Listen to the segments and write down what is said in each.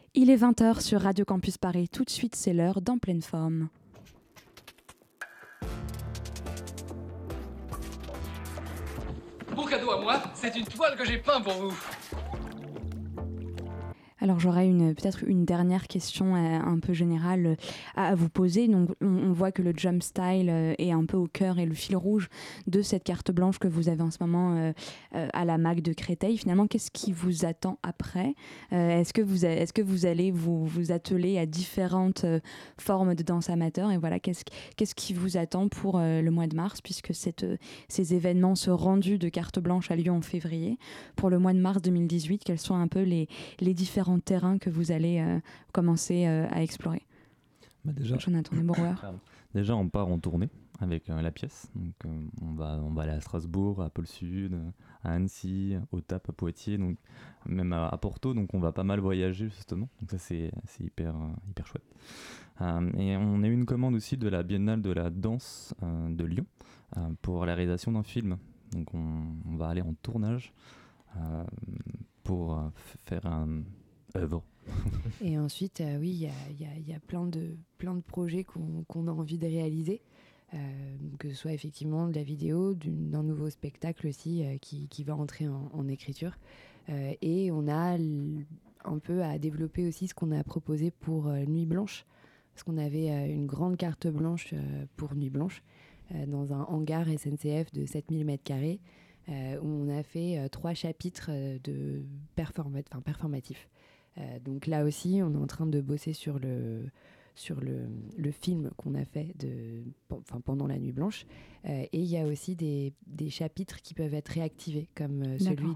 Il est 20h sur Radio Campus Paris. Tout de suite, c'est l'heure d'En pleine forme. Bon cadeau à moi, c'est une toile que j'ai peint pour vous. Alors j'aurais peut-être une dernière question un peu générale à vous poser. Donc on voit que le jump style est un peu au cœur et le fil rouge de cette carte blanche que vous avez en ce moment à la MAC de Créteil. Finalement, qu'est-ce qui vous attend après ? Est-ce que vous allez vous atteler à différentes formes de danse amateur ? Et voilà, qu'est-ce qui vous attend pour le mois de mars, puisque ces événements, ce rendu de carte blanche a lieu en février. Pour le mois de mars 2018, quels sont un peu les différents terrains que vous allez commencer à explorer? Jonathan Desbrouwer. Déjà, on part en tournée avec la pièce. Donc, on va aller à Strasbourg, à Pôle Sud, à Annecy, au TAP, à Poitiers, donc même à Porto. Donc, on va pas mal voyager justement. Donc, ça, c'est hyper chouette. Et on a eu une commande aussi de la Biennale de la danse de Lyon pour la réalisation d'un film. Donc, on va aller en tournage pour faire un œuvre. Et ensuite, oui, il y a plein de projets qu'on a envie de réaliser, que ce soit effectivement de la vidéo, d'un nouveau spectacle aussi qui va entrer en écriture. Et on a un peu à développer aussi ce qu'on a proposé pour Nuit Blanche, parce qu'on avait une grande carte blanche pour Nuit Blanche, dans un hangar SNCF de 7000 m², où on a fait 3 chapitres performatifs. Donc là aussi, on est en train de bosser sur le film qu'on a fait pendant la Nuit Blanche. Et il y a aussi des chapitres qui peuvent être réactivés, comme celui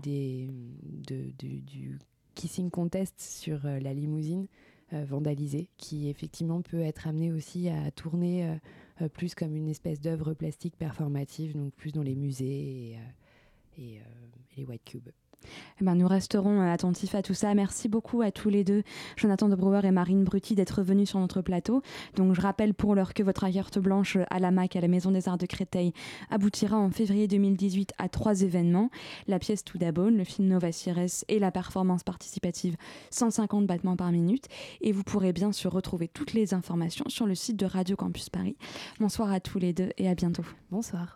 du Kissing Contest sur la limousine vandalisée, qui effectivement peut être amené aussi à tourner plus comme une espèce d'œuvre plastique performative, donc plus dans les musées et les White Cubes. Eh ben, nous resterons attentifs à tout ça. Merci beaucoup à tous les deux, Jonathan Desbrouwer et Marine Bruty, d'être venus sur notre plateau. Donc, je rappelle pour l'heure que votre carte blanche à la MAC, à la Maison des Arts de Créteil, aboutira en février 2018 à 3 événements. La pièce Tout d'abord, le film Nova Cires et la performance participative 150 battements par minute. Et vous pourrez bien sûr retrouver toutes les informations sur le site de Radio Campus Paris. Bonsoir à tous les deux et à bientôt. Bonsoir.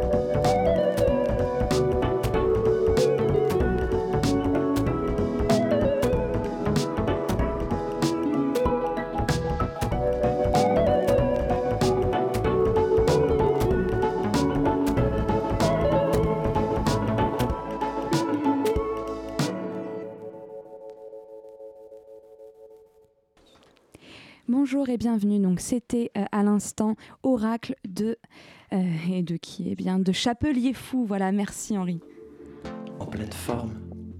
Bonjour et bienvenue. Donc c'était à l'instant Oracle et de qui? Eh bien de Chapelier Fou. Voilà, merci Henri. En pleine forme.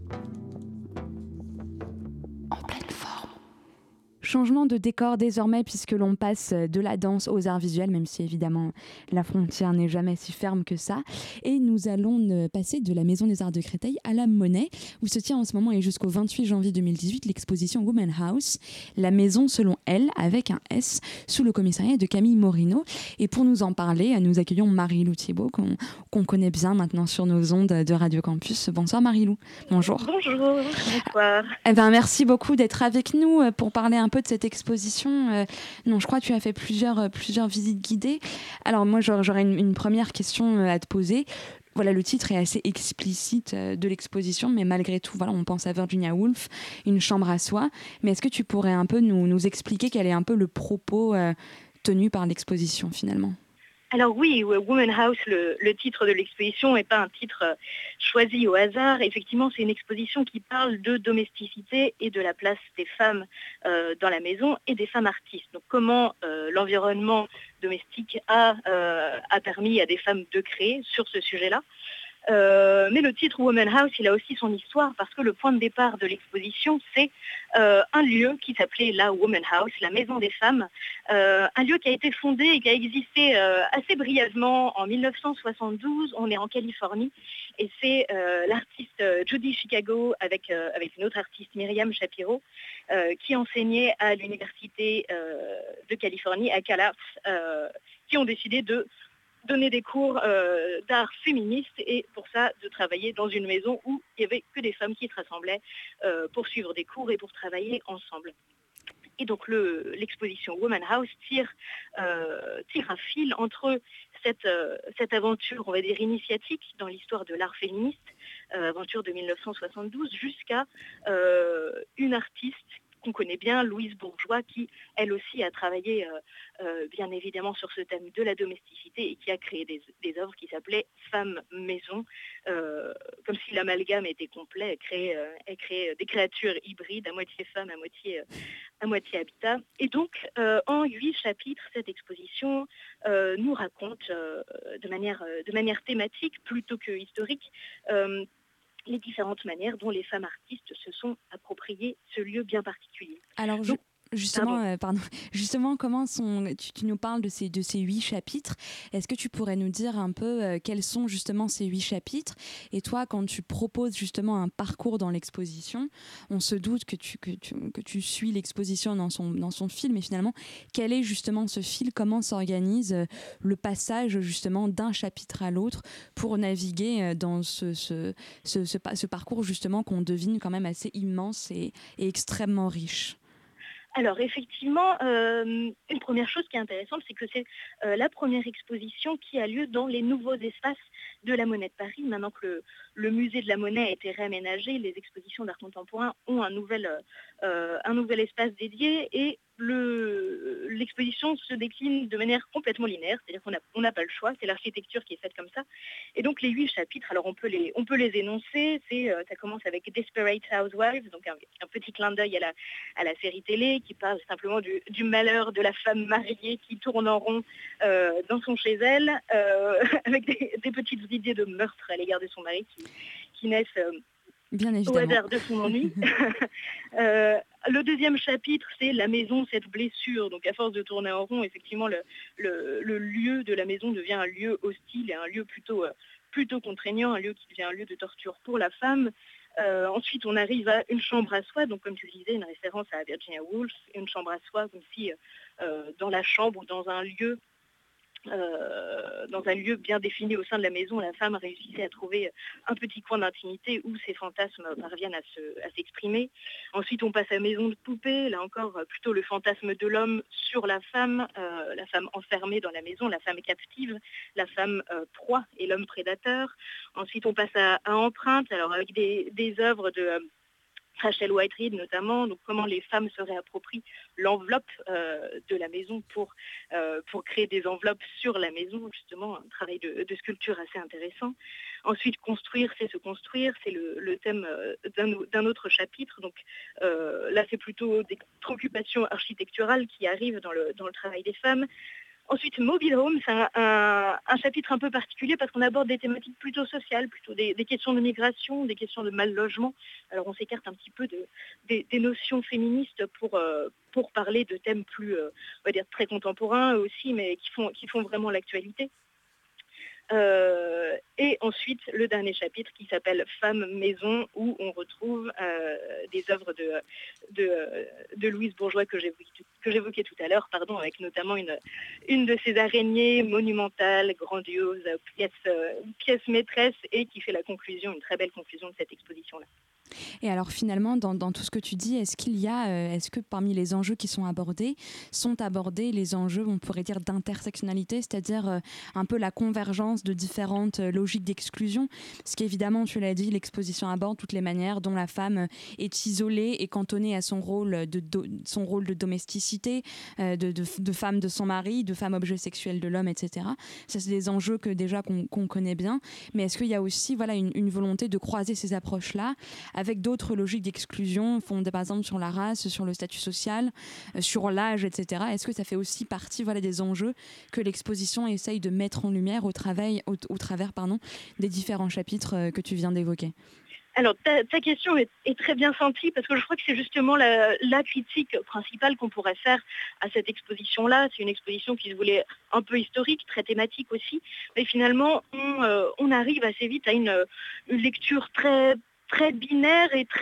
Changement de décor désormais puisque l'on passe de la danse aux arts visuels, même si évidemment la frontière n'est jamais si ferme que ça. Et nous allons passer de la Maison des Arts de Créteil à la Monnaie, où se tient en ce moment et jusqu'au 28 janvier 2018 l'exposition Woman House, la maison selon elle, avec un S, sous le commissariat de Camille Morino. Et pour nous en parler, nous accueillons Marie-Lou Thiebaud, qu'on connaît bien maintenant sur nos ondes de Radio Campus. Bonsoir Marie-Lou. Bonjour. Bonjour, bonsoir. Eh ben, merci beaucoup d'être avec nous pour parler un peu de cette exposition. Non, je crois que tu as fait plusieurs visites guidées. Alors moi, j'aurais une première question à te poser. Voilà, le titre est assez explicite de l'exposition, mais malgré tout, voilà, on pense à Virginia Woolf, une chambre à soi. Mais est-ce que tu pourrais un peu nous expliquer quel est un peu le propos tenu par l'exposition finalement ? Alors oui, Woman House, le titre de l'exposition n'est pas un titre choisi au hasard. Effectivement, c'est une exposition qui parle de domesticité et de la place des femmes dans la maison et des femmes artistes. Donc comment l'environnement domestique a permis à des femmes de créer sur ce sujet-là. Mais le titre Woman House, il a aussi son histoire parce que le point de départ de l'exposition, c'est un lieu qui s'appelait la Woman House, la maison des femmes, un lieu qui a été fondé et qui a existé assez brièvement en 1972. On est en Californie et c'est l'artiste Judy Chicago avec une autre artiste, Myriam Shapiro, qui enseignait à l'université de Californie à Cal Arts, qui ont décidé de donner des cours d'art féministe et pour ça de travailler dans une maison où il n'y avait que des femmes qui se rassemblaient pour suivre des cours et pour travailler ensemble. Et donc l'exposition Woman House tire un fil entre cette aventure, on va dire, initiatique dans l'histoire de l'art féministe, aventure de 1972, jusqu'à une artiste qu'on connaît bien, Louise Bourgeois, qui elle aussi a travaillé bien évidemment sur ce thème de la domesticité et qui a créé des œuvres qui s'appelaient Femmes Maison, comme si l'amalgame était complet. Elle crée des créatures hybrides, à moitié femmes, à moitié habitat. Et donc, en 8 chapitres, cette exposition nous raconte de manière thématique plutôt que historique les différentes manières dont les femmes artistes se sont appropriées ce lieu bien particulier. Alors, justement, comment tu nous parles de ces 8 chapitres. Est-ce que tu pourrais nous dire un peu quels sont justement ces 8 chapitres ? Et toi, quand tu proposes justement un parcours dans l'exposition, on se doute que tu suis l'exposition dans son fil, mais finalement, quel est justement ce fil ? Comment s'organise le passage justement d'un chapitre à l'autre pour naviguer dans ce parcours justement qu'on devine quand même assez immense et extrêmement riche ? Alors effectivement, une première chose qui est intéressante, c'est que c'est la première exposition qui a lieu dans les nouveaux espaces de la Monnaie de Paris. Maintenant que le musée de la Monnaie a été réaménagé, les expositions d'art contemporain ont un nouvel espace dédié et l'exposition se décline de manière complètement linéaire, c'est-à-dire qu'on n'a pas le choix, c'est l'architecture qui est faite comme ça. Et donc les 8 chapitres, alors on peut les énoncer, ça commence avec Desperate Housewives, donc un petit clin d'œil à la série télé qui parle simplement du malheur de la femme mariée qui tourne en rond dans son chez elle, avec des petites idées de meurtre à l'égard de son mari qui naissent bien au hasard de son ennui. Le deuxième chapitre, c'est la maison, cette blessure. Donc à force de tourner en rond, effectivement, le lieu de la maison devient un lieu hostile et un lieu plutôt contraignant, un lieu qui devient un lieu de torture pour la femme. Ensuite, on arrive à une chambre à soi, donc comme tu le disais, une référence à Virginia Woolf, une chambre à soi, comme si dans la chambre ou dans un lieu dans un lieu bien défini au sein de la maison, la femme réussissait à trouver un petit coin d'intimité où ses fantasmes parviennent à s'exprimer. Ensuite, on passe à Maison de poupée, là encore plutôt le fantasme de l'homme sur la femme enfermée dans la maison, la femme captive, la femme proie et l'homme prédateur. Ensuite, on passe à Empreinte, alors avec des œuvres de Rachel Whiteread notamment, donc comment les femmes se réapproprient l'enveloppe de la maison pour créer des enveloppes sur la maison, justement un travail de sculpture assez intéressant. Ensuite, construire, c'est se construire, c'est le thème d'un autre chapitre. Donc là, c'est plutôt des préoccupations architecturales qui arrivent dans le travail des femmes. Ensuite, Mobile Home, c'est un chapitre un peu particulier parce qu'on aborde des thématiques plutôt sociales, plutôt des questions de migration, des questions de mal logement. Alors on s'écarte un petit peu des notions féministes pour parler de thèmes plus, on va dire, très contemporains aussi, mais qui font vraiment l'actualité. Et ensuite, le dernier chapitre qui s'appelle Femmes Maison, où on retrouve des œuvres de Louise Bourgeois que j'évoquais tout à l'heure, avec notamment une de ces araignées monumentales, grandioses, pièce maîtresse, et qui fait une très belle conclusion de cette exposition-là. Et alors finalement, dans tout ce que tu dis, est-ce que parmi les enjeux qui sont abordés les enjeux, on pourrait dire, d'intersectionnalité, c'est-à-dire un peu la convergence de différentes logiques d'exclusion, parce qu'évidemment, tu l'as dit, l'exposition aborde toutes les manières dont la femme est isolée et cantonnée à son rôle de domesticité, de femme de son mari, de femme objet sexuel de l'homme, etc. Ça, c'est des enjeux qu'on connaît bien, mais est-ce qu'il y a aussi une volonté de croiser ces approches-là avec d'autres logiques d'exclusion fondées par exemple sur la race, sur le statut social, sur l'âge, etc. Est-ce que ça fait aussi partie des enjeux que l'exposition essaye de mettre en lumière au travers des différents chapitres que tu viens d'évoquer ? Alors, ta question est très bien sentie parce que je crois que c'est justement la critique principale qu'on pourrait faire à cette exposition-là. C'est une exposition qui se voulait un peu historique, très thématique aussi. Mais finalement, on arrive assez vite à une lecture très binaire et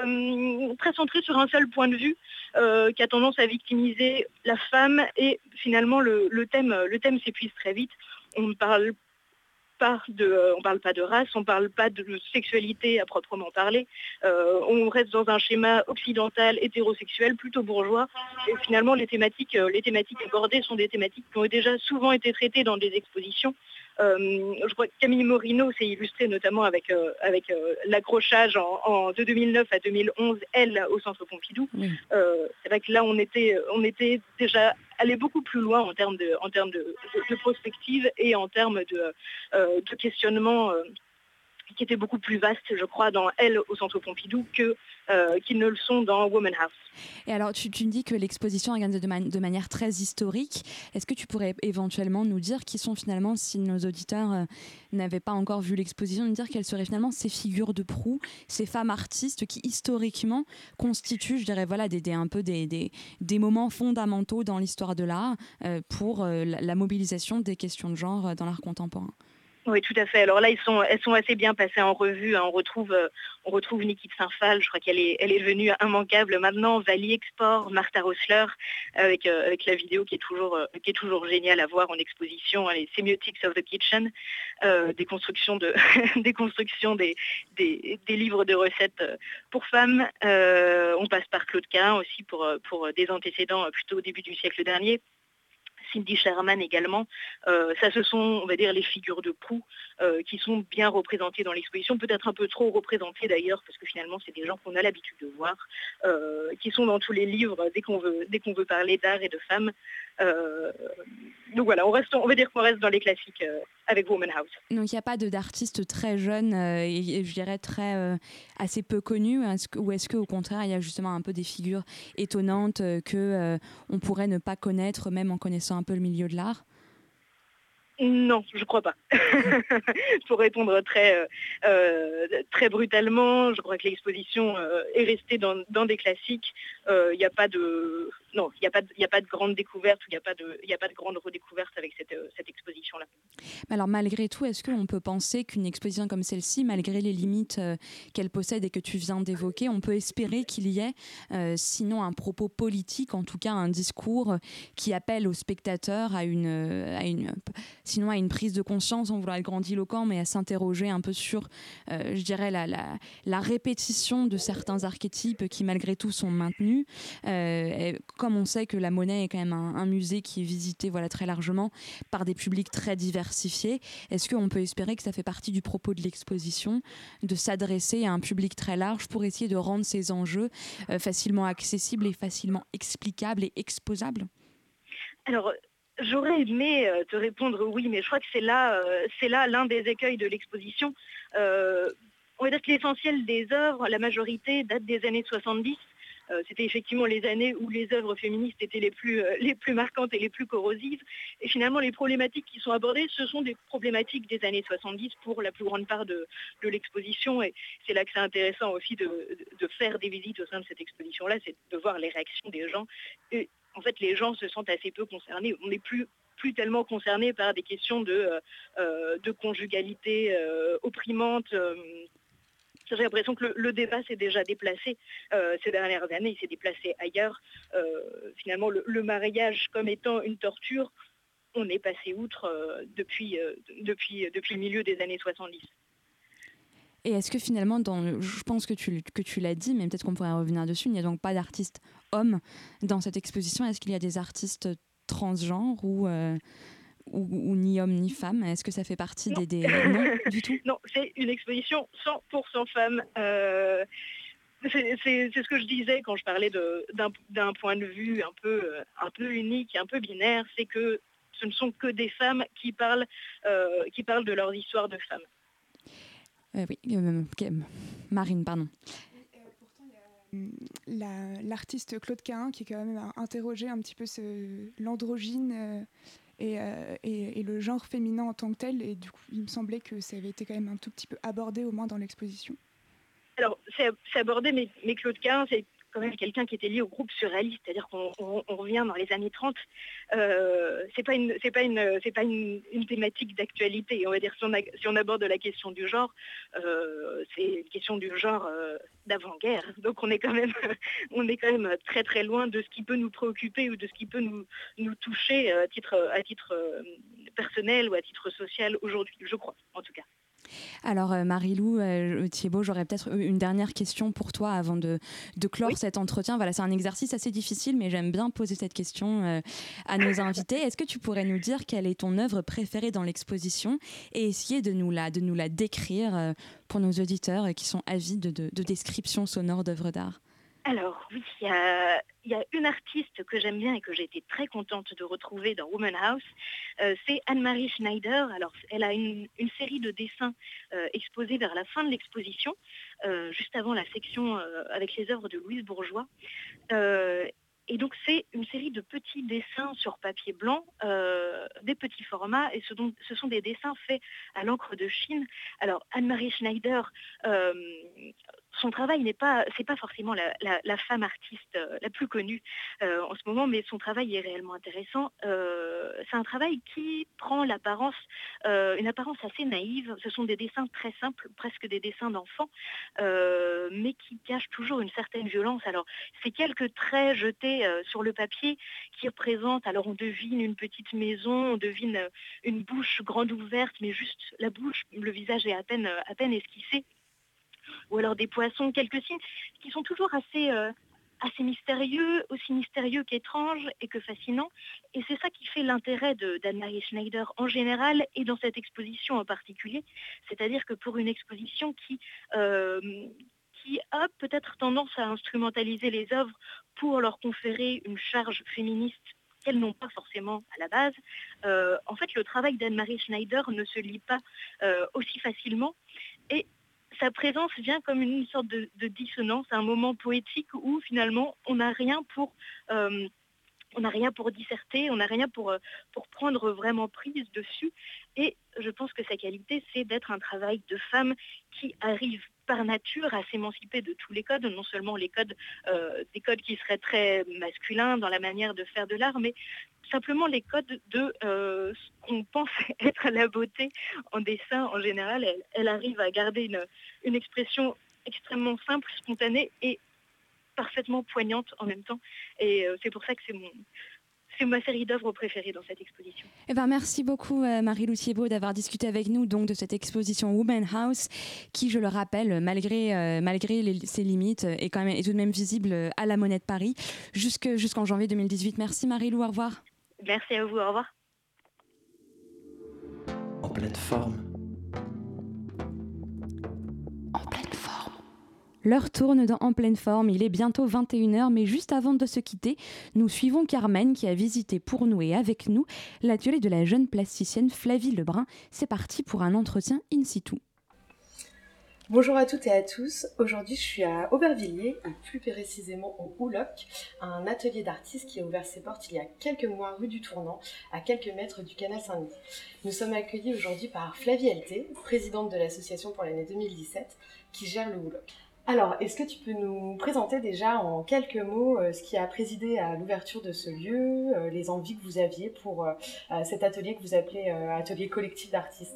très centrée sur un seul point de vue qui a tendance à victimiser la femme. Et finalement, le thème s'épuise très vite. On ne parle pas de race, on ne parle pas de sexualité à proprement parler. On reste dans un schéma occidental, hétérosexuel, plutôt bourgeois. Et finalement, les thématiques abordées sont des thématiques qui ont déjà souvent été traitées dans des expositions. Je crois que Camille Morino s'est illustrée notamment avec l'accrochage de 2009 à 2011, elle, au Centre Pompidou. Oui. C'est vrai que là, on était déjà allé beaucoup plus loin en termes de prospective et en termes de questionnement qui étaient beaucoup plus vastes, je crois, dans Elle au Centre Pompidou qu'ils ne le sont dans Woman House. Et alors, tu me dis que l'exposition est organisée de manière très historique. Est-ce que tu pourrais éventuellement nous dire qui sont finalement, si nos auditeurs n'avaient pas encore vu l'exposition, nous dire quelles seraient finalement ces figures de proue, ces femmes artistes qui historiquement constituent, je dirais, des moments fondamentaux dans l'histoire de l'art pour la mobilisation des questions de genre dans l'art contemporain. Oui, tout à fait. Alors là, elles sont assez bien passées en revue. On retrouve Niki de Saint-Phal, je crois qu'elle est devenue immanquable maintenant. Vali Export, Martha Rosler, avec la vidéo qui est toujours géniale à voir en exposition, les Semiotics of the Kitchen, des constructions des livres de recettes pour femmes. On passe par Claude Cahun aussi pour des antécédents plutôt au début du siècle dernier. Cindy Sherman également. Ça, ce sont, on va dire, les figures de proue qui sont bien représentées dans l'exposition, peut-être un peu trop représentées d'ailleurs, parce que finalement, c'est des gens qu'on a l'habitude de voir, qui sont dans tous les livres dès qu'on veut parler d'art et de femmes. Donc voilà, on va dire qu'on reste dans les classiques avec Woman House. Donc il n'y a pas d'artistes très jeunes et je dirais assez peu connus, ou est-ce qu'au contraire il y a justement un peu des figures étonnantes que on pourrait ne pas connaître même en connaissant un peu le milieu de l'art ? Non, je crois pas. Pour répondre très brutalement, je crois que l'exposition est restée dans des classiques. Il n'y a pas de non, il n'y a pas de grande découverte, ou il n'y a pas de grande redécouverte avec cette exposition-là. Alors malgré tout, est-ce qu'on peut penser qu'une exposition comme celle-ci, malgré les limites qu'elle possède et que tu viens d'évoquer, on peut espérer qu'il y ait, sinon un propos politique, en tout cas un discours qui appelle aux spectateurs sinon à une prise de conscience, sans vouloir être grandiloquent, mais à s'interroger un peu sur, je dirais, la répétition de certains archétypes qui malgré tout sont maintenus. Comme on sait que la Monnaie est quand même un musée qui est visité très largement par des publics très diversifiés, est-ce qu'on peut espérer que ça fait partie du propos de l'exposition, de s'adresser à un public très large pour essayer de rendre ces enjeux facilement accessibles et facilement explicables et exposables? Alors, j'aurais aimé te répondre oui, mais je crois que c'est là l'un des écueils de l'exposition. On va dire que l'essentiel des œuvres, la majorité, date des années 70. C'était effectivement les années où les œuvres féministes étaient les plus marquantes et les plus corrosives. Et finalement, les problématiques qui sont abordées, ce sont des problématiques des années 70 pour la plus grande part de l'exposition. Et c'est là que c'est intéressant aussi de faire des visites au sein de cette exposition-là, c'est de voir les réactions des gens. Et en fait, les gens se sentent assez peu concernés. On n'est plus tellement concernés par des questions de conjugalité opprimante. J'ai l'impression que le débat s'est déjà déplacé ces dernières années, il s'est déplacé ailleurs. Finalement, le mariage comme étant une torture, on est passé outre depuis le milieu des années 70. Et est-ce que finalement, je pense que tu l'as dit, mais peut-être qu'on pourrait revenir dessus, il n'y a donc pas d'artistes hommes dans cette exposition. Est-ce qu'il y a des artistes transgenres ou ni hommes ni femmes? Est-ce que ça fait partie Non. des... Non, du tout? Non, c'est une exposition 100% femmes. C'est ce que je disais quand je parlais d'un point de vue un peu unique, un peu binaire, c'est que ce ne sont que des femmes qui parlent de leurs histoires de femmes. Oui, Marine, pardon. Pourtant, il y a l'artiste Claude Cahin qui est quand même interrogé un petit peu l'androgyne et le genre féminin en tant que tel. Et du coup, il me semblait que ça avait été quand même un tout petit peu abordé, au moins dans l'exposition. Alors, c'est abordé, mais Claude Cahin, c'est quand même quelqu'un qui était lié au groupe surréaliste, c'est-à-dire qu'on revient dans les années 30. C'est pas une thématique d'actualité. On va dire, si on aborde la question du genre, c'est une question du genre d'avant-guerre. Donc on est quand même très très loin de ce qui peut nous préoccuper ou de ce qui peut nous toucher à titre personnel ou à titre social aujourd'hui, je crois, en tout cas. Alors Marie-Lou, Thiébaut, j'aurais peut-être une dernière question pour toi avant de clore cet entretien. Voilà, c'est un exercice assez difficile, mais j'aime bien poser cette question à nos invités. Est-ce que tu pourrais nous dire quelle est ton œuvre préférée dans l'exposition et essayer de nous la décrire pour nos auditeurs qui sont avides de descriptions sonores d'œuvres d'art? Alors oui, il y a une artiste que j'aime bien et que j'ai été très contente de retrouver dans Woman House, c'est Anne-Marie Schneider. Alors elle a une série de dessins exposés vers la fin de l'exposition, juste avant la section avec les œuvres de Louise Bourgeois. Et donc c'est une série de petits dessins sur papier blanc, des petits formats, et ce sont des dessins faits à l'encre de Chine. Alors Anne-Marie Schneider, son travail c'est pas forcément la femme artiste la plus connue en ce moment, mais son travail est réellement intéressant. C'est un travail qui prend une apparence assez naïve. Ce sont des dessins très simples, presque des dessins d'enfants, mais qui cachent toujours une certaine violence. Alors c'est quelques traits jetés sur le papier qui représentent, alors on devine une petite maison, on devine une bouche grande ouverte, mais juste la bouche, le visage est à peine esquissé, ou alors des poissons, quelques signes qui sont toujours assez mystérieux, aussi mystérieux qu'étranges et que fascinants. Et c'est ça qui fait l'intérêt d'Anne-Marie Schneider en général et dans cette exposition en particulier. C'est-à-dire que pour une exposition qui a peut-être tendance à instrumentaliser les œuvres pour leur conférer une charge féministe qu'elles n'ont pas forcément à la base, en fait le travail d'Anne-Marie Schneider ne se lit pas aussi facilement, et sa présence vient comme une sorte de dissonance, un moment poétique où finalement on n'a rien pour disserter, on n'a rien pour prendre vraiment prise dessus. Et je pense que sa qualité, c'est d'être un travail de femme qui arrive par nature à s'émanciper de tous les codes, non seulement les codes, des codes qui seraient très masculins dans la manière de faire de l'art, mais simplement les codes de ce qu'on pense être la beauté en dessin en général. Elle arrive à garder une expression extrêmement simple, spontanée et parfaitement poignante en même temps. Et c'est pour ça que c'est ma série d'œuvres préférée dans cette exposition. Eh ben, merci beaucoup Marie-Lou Thiebaud d'avoir discuté avec nous donc, de cette exposition Woman House qui, je le rappelle, malgré ses limites, est tout de même visible à la Monnaie de Paris jusqu'en janvier 2018. Merci Marie-Lou, au revoir. Merci à vous, au revoir. En pleine forme. L'heure tourne En pleine forme, il est bientôt 21h, mais juste avant de se quitter, nous suivons Carmen qui a visité pour nous et avec nous l'atelier de la jeune plasticienne Flavie Lebrun. C'est parti pour un entretien in situ. Bonjour à toutes et à tous, aujourd'hui je suis à Aubervilliers, et plus précisément au Houloc, un atelier d'artistes qui a ouvert ses portes il y a quelques mois rue du Tournant, à quelques mètres du canal Saint-Denis. Nous sommes accueillis aujourd'hui par Flavie Elté, présidente de l'association pour l'année 2017, qui gère le Houloc. Alors, est-ce que tu peux nous présenter déjà en quelques mots ce qui a présidé à l'ouverture de ce lieu, les envies que vous aviez pour cet atelier que vous appelez atelier collectif d'artistes?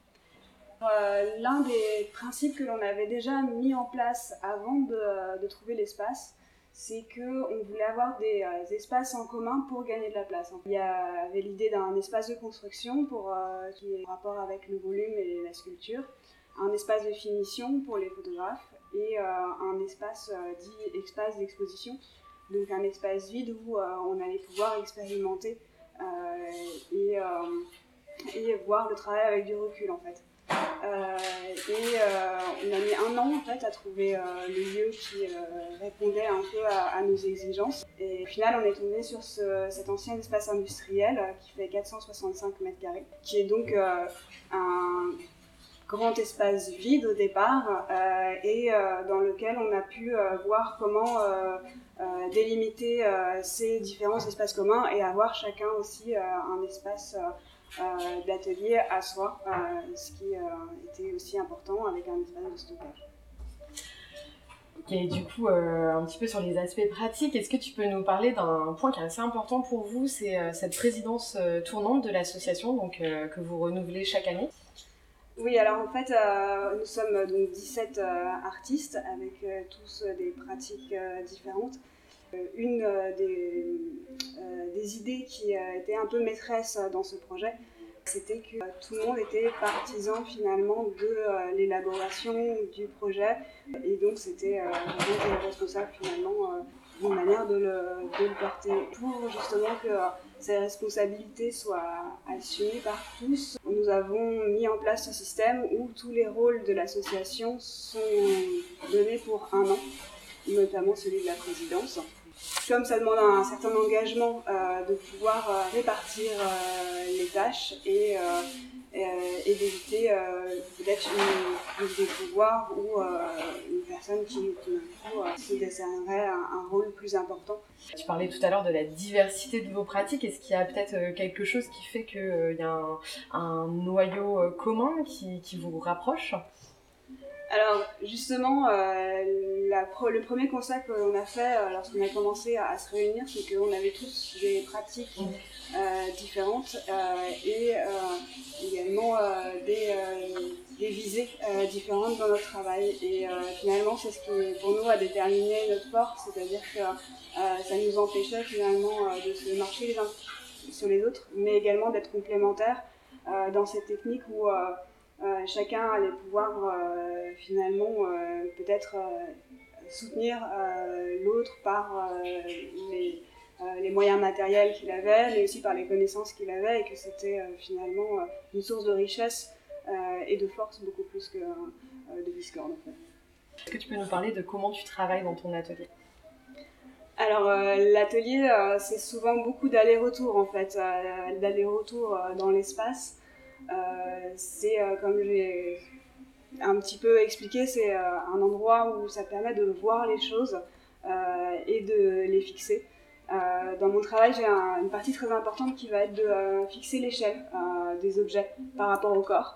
L'un des principes que l'on avait déjà mis en place avant de trouver l'espace, c'est qu'on voulait avoir des espaces en commun pour gagner de la place. Il y avait l'idée d'un espace de construction qui est en rapport avec le volume et la sculpture, un espace de finition pour les photographes et un espace dit espace d'exposition, donc un espace vide où on allait pouvoir expérimenter et voir le travail avec du recul en fait. On a mis 1 an en fait à trouver le lieu qui répondait un peu à nos exigences. Et au final, on est tombé sur cet ancien espace industriel qui fait 465 mètres carrés, qui est donc un grand espace vide au départ et dans lequel on a pu voir comment délimiter ces différents espaces communs et avoir chacun aussi un espace d'atelier à soi, ce qui était aussi important avec un espace de stockage. Et du coup, un petit peu sur les aspects pratiques, est-ce que tu peux nous parler d'un point qui est assez important pour vous, c'est cette présidence tournante de l'association donc, que vous renouvelez chaque année? Oui, alors en fait, nous sommes donc 17 artistes avec tous des pratiques différentes. Une des idées qui était un peu maîtresse dans ce projet, c'était que tout le monde était partisan finalement de l'élaboration du projet et donc c'était vraiment responsable finalement d'une manière de le porter pour justement que ces responsabilités soient assumées par tous. Nous avons mis en place ce système où tous les rôles de l'association sont donnés pour 1 an, notamment celui de la présidence. Comme ça demande un certain engagement de pouvoir répartir les tâches et d'éviter peut-être des pouvoirs ou une personne qui se décernerait un rôle plus important. Tu parlais tout à l'heure de la diversité de vos pratiques. Est-ce qu'il y a peut-être quelque chose qui fait qu'il y a un noyau commun qui vous rapproche ? Alors justement, le premier constat que l'on a fait lorsqu'on a commencé à se réunir, c'est qu'on avait tous des pratiques différentes et également des visées différentes dans notre travail. Et finalement, c'est ce qui pour nous a déterminé notre force, c'est-à-dire que ça nous empêchait finalement de se marcher les uns sur les autres, mais également d'être complémentaires dans cette technique où chacun allait pouvoir finalement peut-être soutenir l'autre par les moyens matériels qu'il avait, mais aussi par les connaissances qu'il avait, et que c'était finalement une source de richesse et de force beaucoup plus que de discorde en fait. Est-ce que tu peux nous parler de comment tu travailles dans ton atelier ? Alors l'atelier c'est souvent beaucoup d'aller-retour en fait, d'aller-retour dans l'espace. C'est comme j'ai un petit peu expliqué, c'est un endroit où ça permet de voir les choses et de les fixer. Dans mon travail, j'ai une partie très importante qui va être de fixer l'échelle des objets par rapport au corps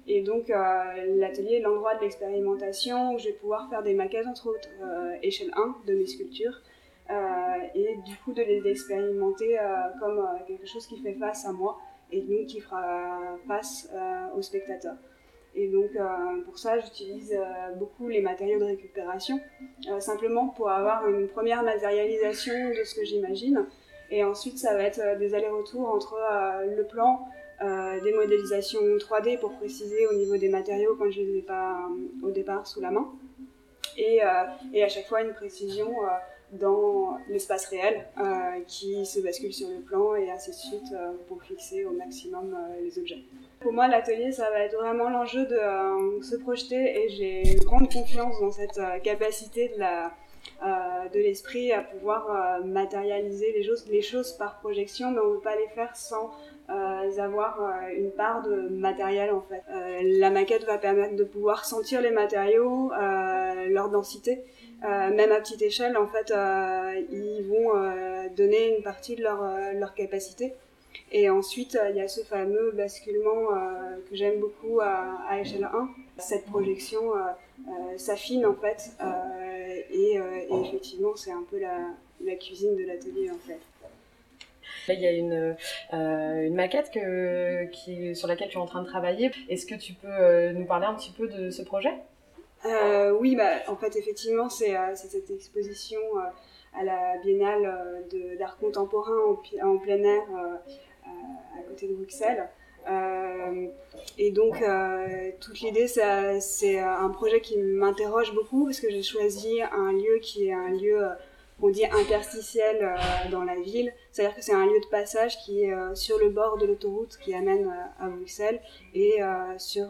Et donc l'atelier est l'endroit de l'expérimentation où je vais pouvoir faire des maquettes, entre autres échelle 1 de mes sculptures, et du coup de les expérimenter comme quelque chose qui fait face à moi et donc qui fera face au spectateur. Et donc pour ça j'utilise beaucoup les matériaux de récupération, simplement pour avoir une première matérialisation de ce que j'imagine. Et ensuite ça va être des allers-retours entre le plan, des modélisations 3D pour préciser au niveau des matériaux quand je ne les ai pas au départ sous la main, et à chaque fois une précision dans l'espace réel qui se bascule sur le plan et ainsi de suite pour fixer au maximum les objets. Pour moi, l'atelier, ça va être vraiment l'enjeu de se projeter, et j'ai une grande confiance dans cette capacité de l'esprit à pouvoir matérialiser les choses par projection, mais on ne peut pas les faire sans avoir une part de matériel en fait. La maquette va permettre de pouvoir sentir les matériaux, leur densité. Même à petite échelle, en fait, ils vont donner une partie de leur capacité. Et ensuite, il y a ce fameux basculement que j'aime beaucoup à échelle 1. Cette projection s'affine en fait, et effectivement, c'est un peu la cuisine de l'atelier en fait. Là, il y a une maquette sur laquelle tu es en train de travailler. Est-ce que tu peux nous parler un petit peu de ce projet ? Oui, en fait, effectivement, c'est cette exposition à la Biennale d'art contemporain en plein air à côté de Bruxelles. Et donc, toute l'idée, c'est un projet qui m'interroge beaucoup parce que j'ai choisi un lieu qui est un lieu, on dit interstitiel dans la ville. C'est-à-dire que c'est un lieu de passage qui est sur le bord de l'autoroute qui amène à Bruxelles et sur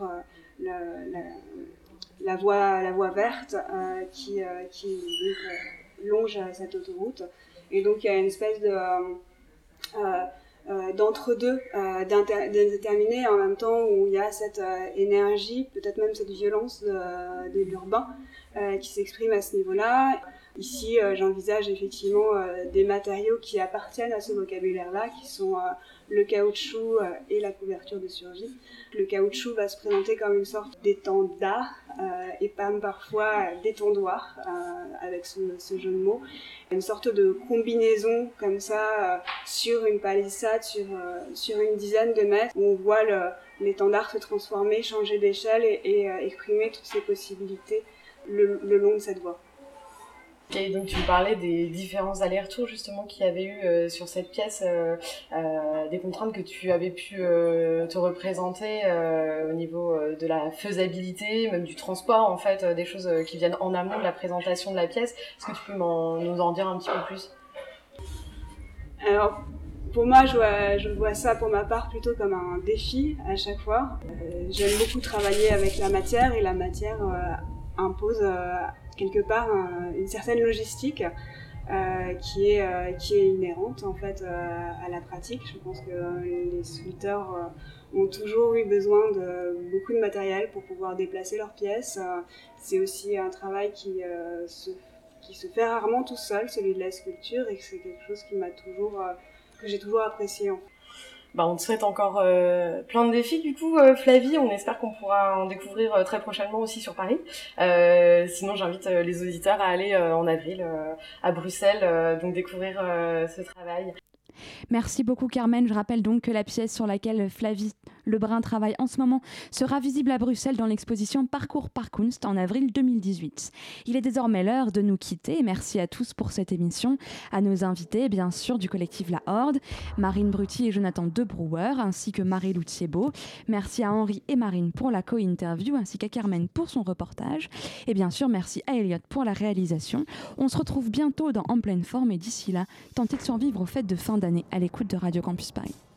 la voie verte qui longe cette autoroute. Et donc il y a une espèce d'entre-deux d'indéterminé en même temps où il y a cette énergie, peut-être même cette violence de l'urbain qui s'exprime à ce niveau-là. Ici, j'envisage effectivement des matériaux qui appartiennent à ce vocabulaire-là, qui sont le caoutchouc et la couverture de survie. Le caoutchouc va se présenter comme une sorte d'étendard et parfois d'étendoir, avec ce jeu de mots. Une sorte de combinaison comme ça sur une palissade, sur une dizaine de mètres, où on voit l'étendard se transformer, changer d'échelle et exprimer toutes ses possibilités le long de cette voie. Et donc tu me parlais des différents allers-retours justement qu'il y avait eu sur cette pièce, des contraintes que tu avais pu te représenter au niveau de la faisabilité, même du transport en fait, des choses qui viennent en amont de la présentation de la pièce. Est-ce que tu peux nous en dire un petit peu plus ? Alors, pour moi, je vois ça pour ma part plutôt comme un défi à chaque fois. J'aime beaucoup travailler avec la matière, et la matière impose quelque part une certaine logistique qui est inhérente en fait à la pratique. Je pense que les sculpteurs ont toujours eu besoin de beaucoup de matériel pour pouvoir déplacer leurs pièces. C'est aussi un travail qui se fait rarement tout seul, celui de la sculpture, et que c'est quelque chose que j'ai toujours apprécié en fait. On te souhaite encore plein de défis du coup, Flavie. On espère qu'on pourra en découvrir très prochainement aussi sur Paris. Sinon, j'invite les auditeurs à aller en avril à Bruxelles, donc découvrir ce travail. Merci beaucoup Carmen. Je rappelle donc que la pièce sur laquelle Flavie Lebrun travaille en ce moment sera visible à Bruxelles dans l'exposition Parcours par Kunst en avril 2018. Il est désormais l'heure de nous quitter. Merci à tous pour cette émission, à nos invités bien sûr du collectif La Horde, Marine Bruty et Jonathan Debrouwer, ainsi que Marie-Lou Thiebaud. Merci à Henri et Marine pour la co-interview, ainsi qu'à Carmen pour son reportage. Et bien sûr, merci à Elliot pour la réalisation. On se retrouve bientôt dans En pleine forme, et d'ici là, tentez de survivre aux fêtes de fin d'année à l'écoute de Radio Campus Paris.